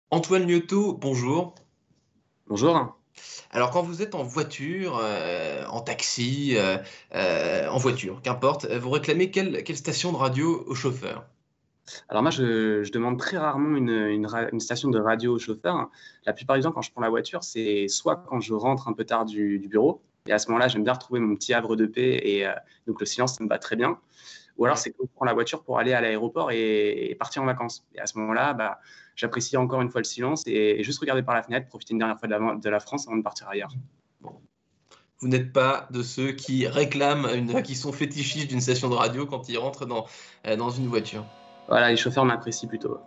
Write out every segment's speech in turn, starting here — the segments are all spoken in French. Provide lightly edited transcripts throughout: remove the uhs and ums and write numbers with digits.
Antoine Liotto, bonjour. Bonjour. Alors quand vous êtes en voiture, en taxi, en voiture, qu'importe, vous réclamez quelle station de radio au chauffeur? Alors moi, je demande très rarement une station de radio au chauffeur. La plupart du temps, quand je prends la voiture, c'est soit quand je rentre un peu tard du bureau, et à ce moment-là, j'aime bien retrouver mon petit havre de paix, et donc le silence, ça me va très bien. Ou alors, Ouais. c'est quand je prends la voiture pour aller à l'aéroport et partir en vacances. Et à ce moment-là, bah, j'apprécie encore une fois le silence et juste regarder par la fenêtre, profiter une dernière fois de la France avant de partir ailleurs. Bon. Vous n'êtes pas de ceux qui réclament, qui sont fétichistes d'une station de radio quand ils rentrent dans une voiture. Voilà, les chauffeurs m'apprécient plutôt.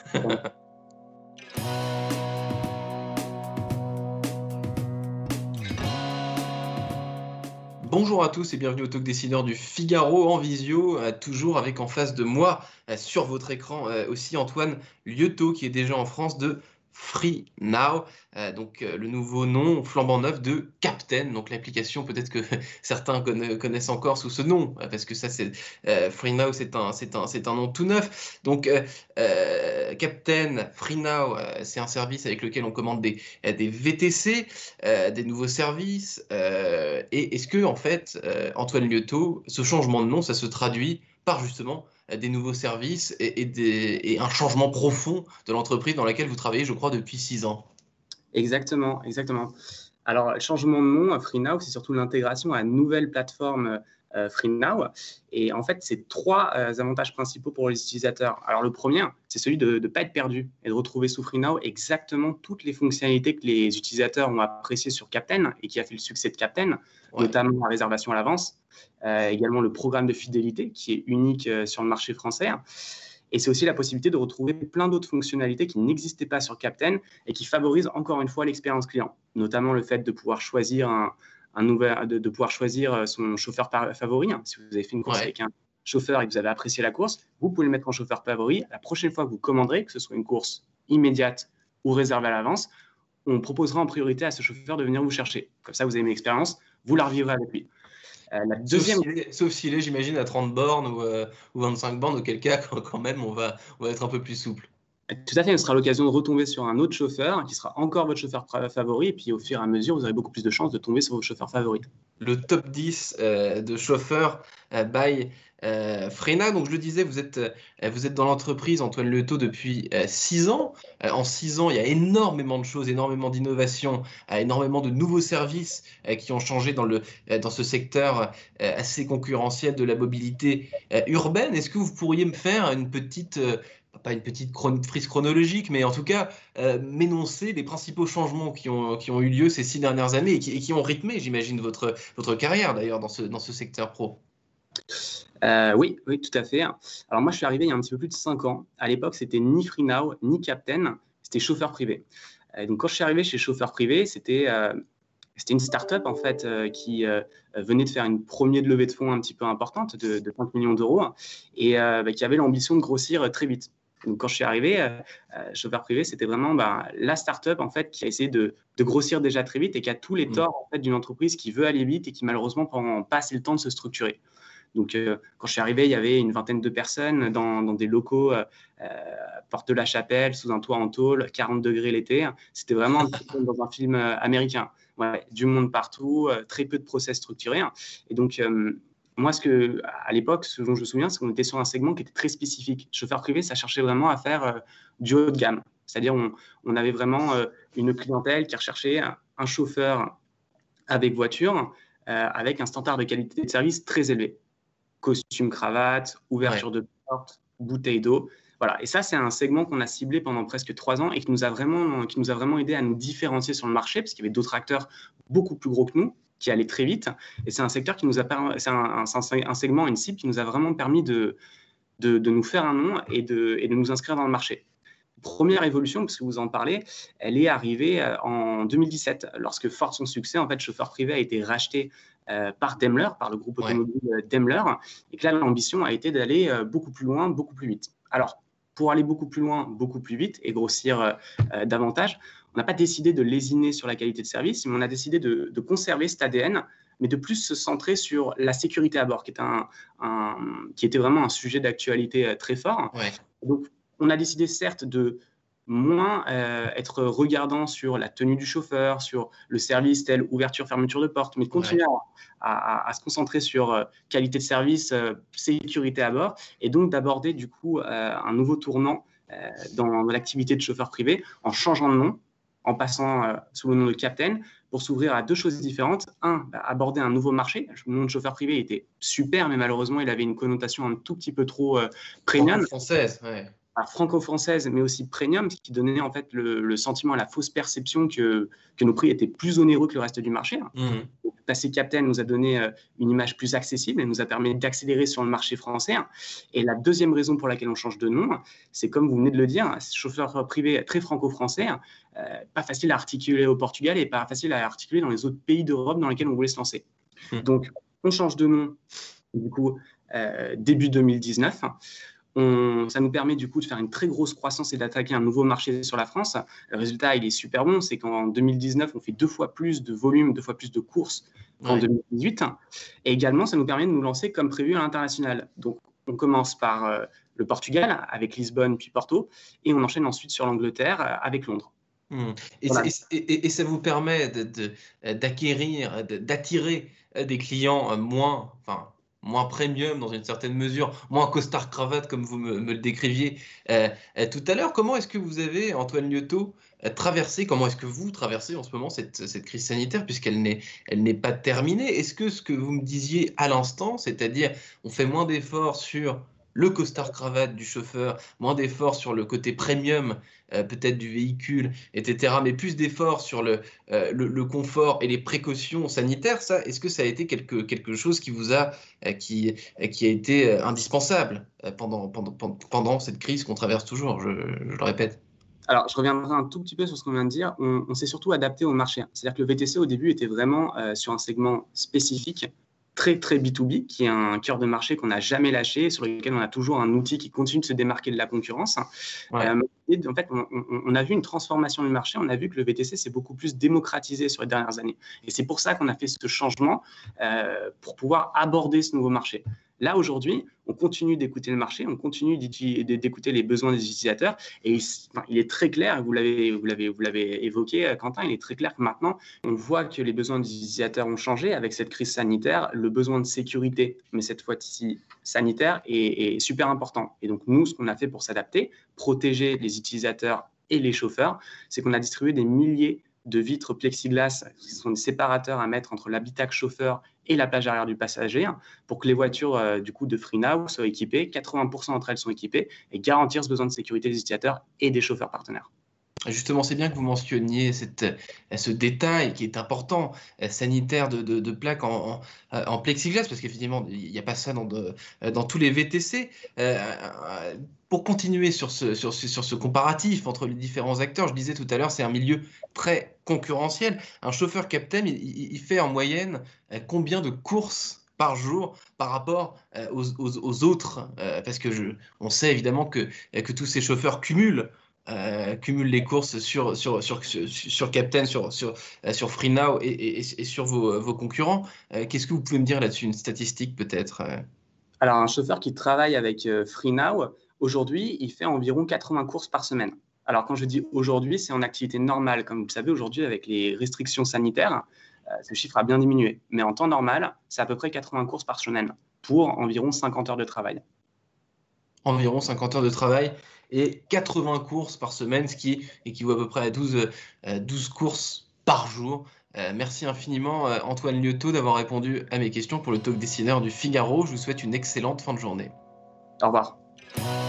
Bonjour à tous et bienvenue au Talk Décideur du Figaro en visio, toujours avec en face de moi, sur votre écran, aussi Antoine Liotto qui est déjà en France de Free Now, le nouveau nom flambant neuf de Captain, donc l'application peut-être que certains connaissent encore sous ce nom, parce que ça c'est Free Now c'est un nom tout neuf. Captain Free Now, c'est un service avec lequel on commande des VTC, des nouveaux services. Et est-ce que, en fait, Antoine Liotto, ce changement de nom, ça se traduit par justement des nouveaux services et un changement profond de l'entreprise dans laquelle vous travaillez, je crois, depuis 6 ans? Exactement, exactement. Alors, changement de nom, FreeNow, c'est surtout l'intégration à une nouvelle plateforme FreeNow. Et en fait, c'est trois avantages principaux pour les utilisateurs. Alors, le premier, c'est celui de ne pas être perdu et de retrouver sous FreeNow exactement toutes les fonctionnalités que les utilisateurs ont appréciées sur Captain et qui a fait le succès de Captain, Ouais, notamment la réservation à l'avance, également le programme de fidélité qui est unique sur le marché français. Et c'est aussi la possibilité de retrouver plein d'autres fonctionnalités qui n'existaient pas sur Captain et qui favorisent encore une fois l'expérience client, notamment le fait de pouvoir choisir de pouvoir choisir son chauffeur favori. Si vous avez fait une course ouais. avec un chauffeur et que vous avez apprécié la course, vous pouvez le mettre en chauffeur favori. La prochaine fois que vous commanderez, que ce soit une course immédiate ou réservée à l'avance, on proposera en priorité à ce chauffeur de venir vous chercher. Comme ça, vous avez une expérience, vous la revivrez avec lui. La deuxième Sauf s'il est, j'imagine, à 30 bornes ou 25 bornes, auquel cas, quand même, on va être un peu plus souple. Tout à fait, ce sera l'occasion de retomber sur un autre chauffeur qui sera encore votre chauffeur favori. Et puis au fur et à mesure, vous aurez beaucoup plus de chances de tomber sur vos chauffeurs favoris. Le top 10 de chauffeurs by Frena. Donc, je le disais, vous êtes dans l'entreprise, Antoine Leto, depuis 6 ans. En 6 ans, il y a énormément de choses, énormément d'innovations, énormément de nouveaux services qui ont changé dans ce secteur assez concurrentiel de la mobilité urbaine. Est-ce que vous pourriez me faire une petite, pas une petite frise chronologique, mais en tout cas, m'énoncer les principaux changements qui ont eu lieu ces 6 dernières années et qui ont rythmé, j'imagine, votre carrière d'ailleurs dans ce secteur pro. Oui, oui, tout à fait. Alors moi, je suis arrivé il y a un petit peu plus de 5 ans. À l'époque, c'était ni FreeNow, ni Captain, c'était chauffeur privé. Donc quand je suis arrivé chez chauffeur privé, c'était une start-up en fait qui venait de faire une première levée de fonds un petit peu importante de 5 millions d'euros et qui avait l'ambition de grossir très vite. Donc, quand je suis arrivé, chauffeur privé, c'était vraiment la start-up en fait qui a essayé de grossir déjà très vite et qui a tous les Mm. torts en fait, d'une entreprise qui veut aller vite et qui malheureusement prend pas assez le temps de se structurer. Donc, quand je suis arrivé, il y avait une vingtaine de personnes dans des locaux, porte de la Chapelle, sous un toit en tôle, 40 degrés l'été. C'était vraiment un petit peu comme dans un film américain. Ouais, du monde partout, très peu de process structurés. Et donc, moi, à l'époque, ce dont je me souviens, c'est qu'on était sur un segment qui était très spécifique. Chauffeur privé, ça cherchait vraiment à faire du haut de gamme. C'est-à-dire, on avait vraiment une clientèle qui recherchait un chauffeur avec voiture, avec un standard de qualité de service très élevé. Costume, cravate, Ouais. ouverture de porte, bouteille d'eau. Voilà. Et ça, c'est un segment qu'on a ciblé pendant presque 3 ans et qui nous a vraiment aidé à nous différencier sur le marché parce qu'il y avait d'autres acteurs beaucoup plus gros que nous qui allaient très vite. Et c'est un secteur qui nous a c'est un segment, une cible qui nous a vraiment permis de nous faire un nom et de nous inscrire dans le marché. Première évolution, parce que vous en parlez, elle est arrivée en 2017, lorsque, fort de son succès, en fait, chauffeur privé a été racheté par Daimler, par le groupe Ouais. automobile Daimler, et que là, l'ambition a été d'aller beaucoup plus loin, beaucoup plus vite. Alors, pour aller beaucoup plus loin, beaucoup plus vite et grossir davantage, on n'a pas décidé de lésiner sur la qualité de service, mais on a décidé de conserver cet ADN, mais de plus se centrer sur la sécurité à bord, qui était vraiment un sujet d'actualité très fort. Ouais. Donc, on a décidé certes moins être regardant sur la tenue du chauffeur, sur le service tel ouverture, fermeture de porte, mais continuer à se concentrer sur qualité de service, sécurité à bord, et donc d'aborder du coup un nouveau tournant dans l'activité de chauffeur privé en changeant de nom, en passant sous le nom de Captain, pour s'ouvrir à deux choses différentes. Un, aborder un nouveau marché. Le nom de chauffeur privé était super, mais malheureusement, il avait une connotation un tout petit peu trop premium. Française, ouais. Franco-française, mais aussi premium, ce qui donnait en fait le sentiment, la fausse perception que nos prix étaient plus onéreux que le reste du marché. Passer Captain nous a donné une image plus accessible et nous a permis d'accélérer sur le marché français. Et la deuxième raison pour laquelle on change de nom, c'est comme vous venez de le dire, chauffeur privé très franco-français, pas facile à articuler au Portugal et pas facile à articuler dans les autres pays d'Europe dans lesquels on voulait se lancer. Donc, on change de nom, du coup, début 2019. Ça nous permet du coup de faire une très grosse croissance et d'attaquer un nouveau marché sur la France. Le résultat, il est super bon, c'est qu'en 2019, on fait 2 fois plus de volume, 2 fois plus de courses qu'en 2018. Et également, ça nous permet de nous lancer comme prévu à l'international. Donc, on commence par le Portugal, avec Lisbonne puis Porto, et on enchaîne ensuite sur l'Angleterre, avec Londres. Et, voilà. Et ça vous permet d'acquérir, d'attirer des clients moins premium dans une certaine mesure, moins costard-cravate comme vous me le décriviez tout à l'heure. Comment est-ce que vous avez, Antoine Lieutot, comment est-ce que vous traversez en ce moment cette crise sanitaire, puisqu'elle n'est pas terminée? Est-ce que ce que vous me disiez à l'instant, c'est-à-dire on fait moins d'efforts sur le costard-cravate du chauffeur, moins d'efforts sur le côté premium peut-être du véhicule, etc., mais plus d'efforts sur le confort et les précautions sanitaires, est-ce que ça a été quelque chose qui vous a, qui a été indispensable pendant cette crise qu'on traverse toujours, je le répète? Alors, je reviendrai un tout petit peu sur ce qu'on vient de dire. On s'est surtout adapté au marché. C'est-à-dire que le VTC, au début, était vraiment sur un segment spécifique, très, très B2B, qui est un cœur de marché qu'on n'a jamais lâché, sur lequel on a toujours un outil qui continue de se démarquer de la concurrence. Et en fait, on a vu une transformation du marché. On a vu que le VTC s'est beaucoup plus démocratisé sur les dernières années. Et c'est pour ça qu'on a fait ce changement pour pouvoir aborder ce nouveau marché. Là, aujourd'hui, on continue d'écouter le marché, on continue d'écouter les besoins des utilisateurs. Et il est très clair, vous l'avez évoqué, Quentin, il est très clair que maintenant, on voit que les besoins des utilisateurs ont changé avec cette crise sanitaire. Le besoin de sécurité, mais cette fois-ci sanitaire, est super important. Et donc, nous, ce qu'on a fait pour s'adapter, protéger les utilisateurs et les chauffeurs, c'est qu'on a distribué des milliers de vitres plexiglas, qui sont des séparateurs à mettre entre l'habitacle chauffeur et la plage arrière du passager, pour que les voitures du coup de FreeNow soient équipées. 80% d'entre elles sont équipées et garantir ce besoin de sécurité des utilisateurs et des chauffeurs partenaires. Justement, c'est bien que vous mentionniez ce détail qui est important, sanitaire de plaques en plexiglas, parce qu'effectivement, il n'y a pas ça dans tous les VTC. Pour continuer sur ce comparatif entre les différents acteurs, je disais tout à l'heure, c'est un milieu très concurrentiel. Un chauffeur Captain, il fait en moyenne combien de courses par jour par rapport aux autres, parce que on sait évidemment que tous ces chauffeurs cumulent les courses sur Captain, sur FreeNow et sur vos concurrents. Qu'est-ce que vous pouvez me dire là-dessus, une statistique peut-être? Alors, un chauffeur qui travaille avec FreeNow, aujourd'hui, il fait environ 80 courses par semaine. Alors, quand je dis aujourd'hui, c'est en activité normale. Comme vous le savez, aujourd'hui, avec les restrictions sanitaires, ce chiffre a bien diminué. Mais en temps normal, c'est à peu près 80 courses par semaine pour environ 50 heures de travail. Environ 50 heures de travail et 80 courses par semaine, ce qui équivaut à peu près à 12 courses par jour. Merci infiniment Antoine Lieutot d'avoir répondu à mes questions pour le Talk Dessineur du Figaro. Je vous souhaite une excellente fin de journée. Au revoir.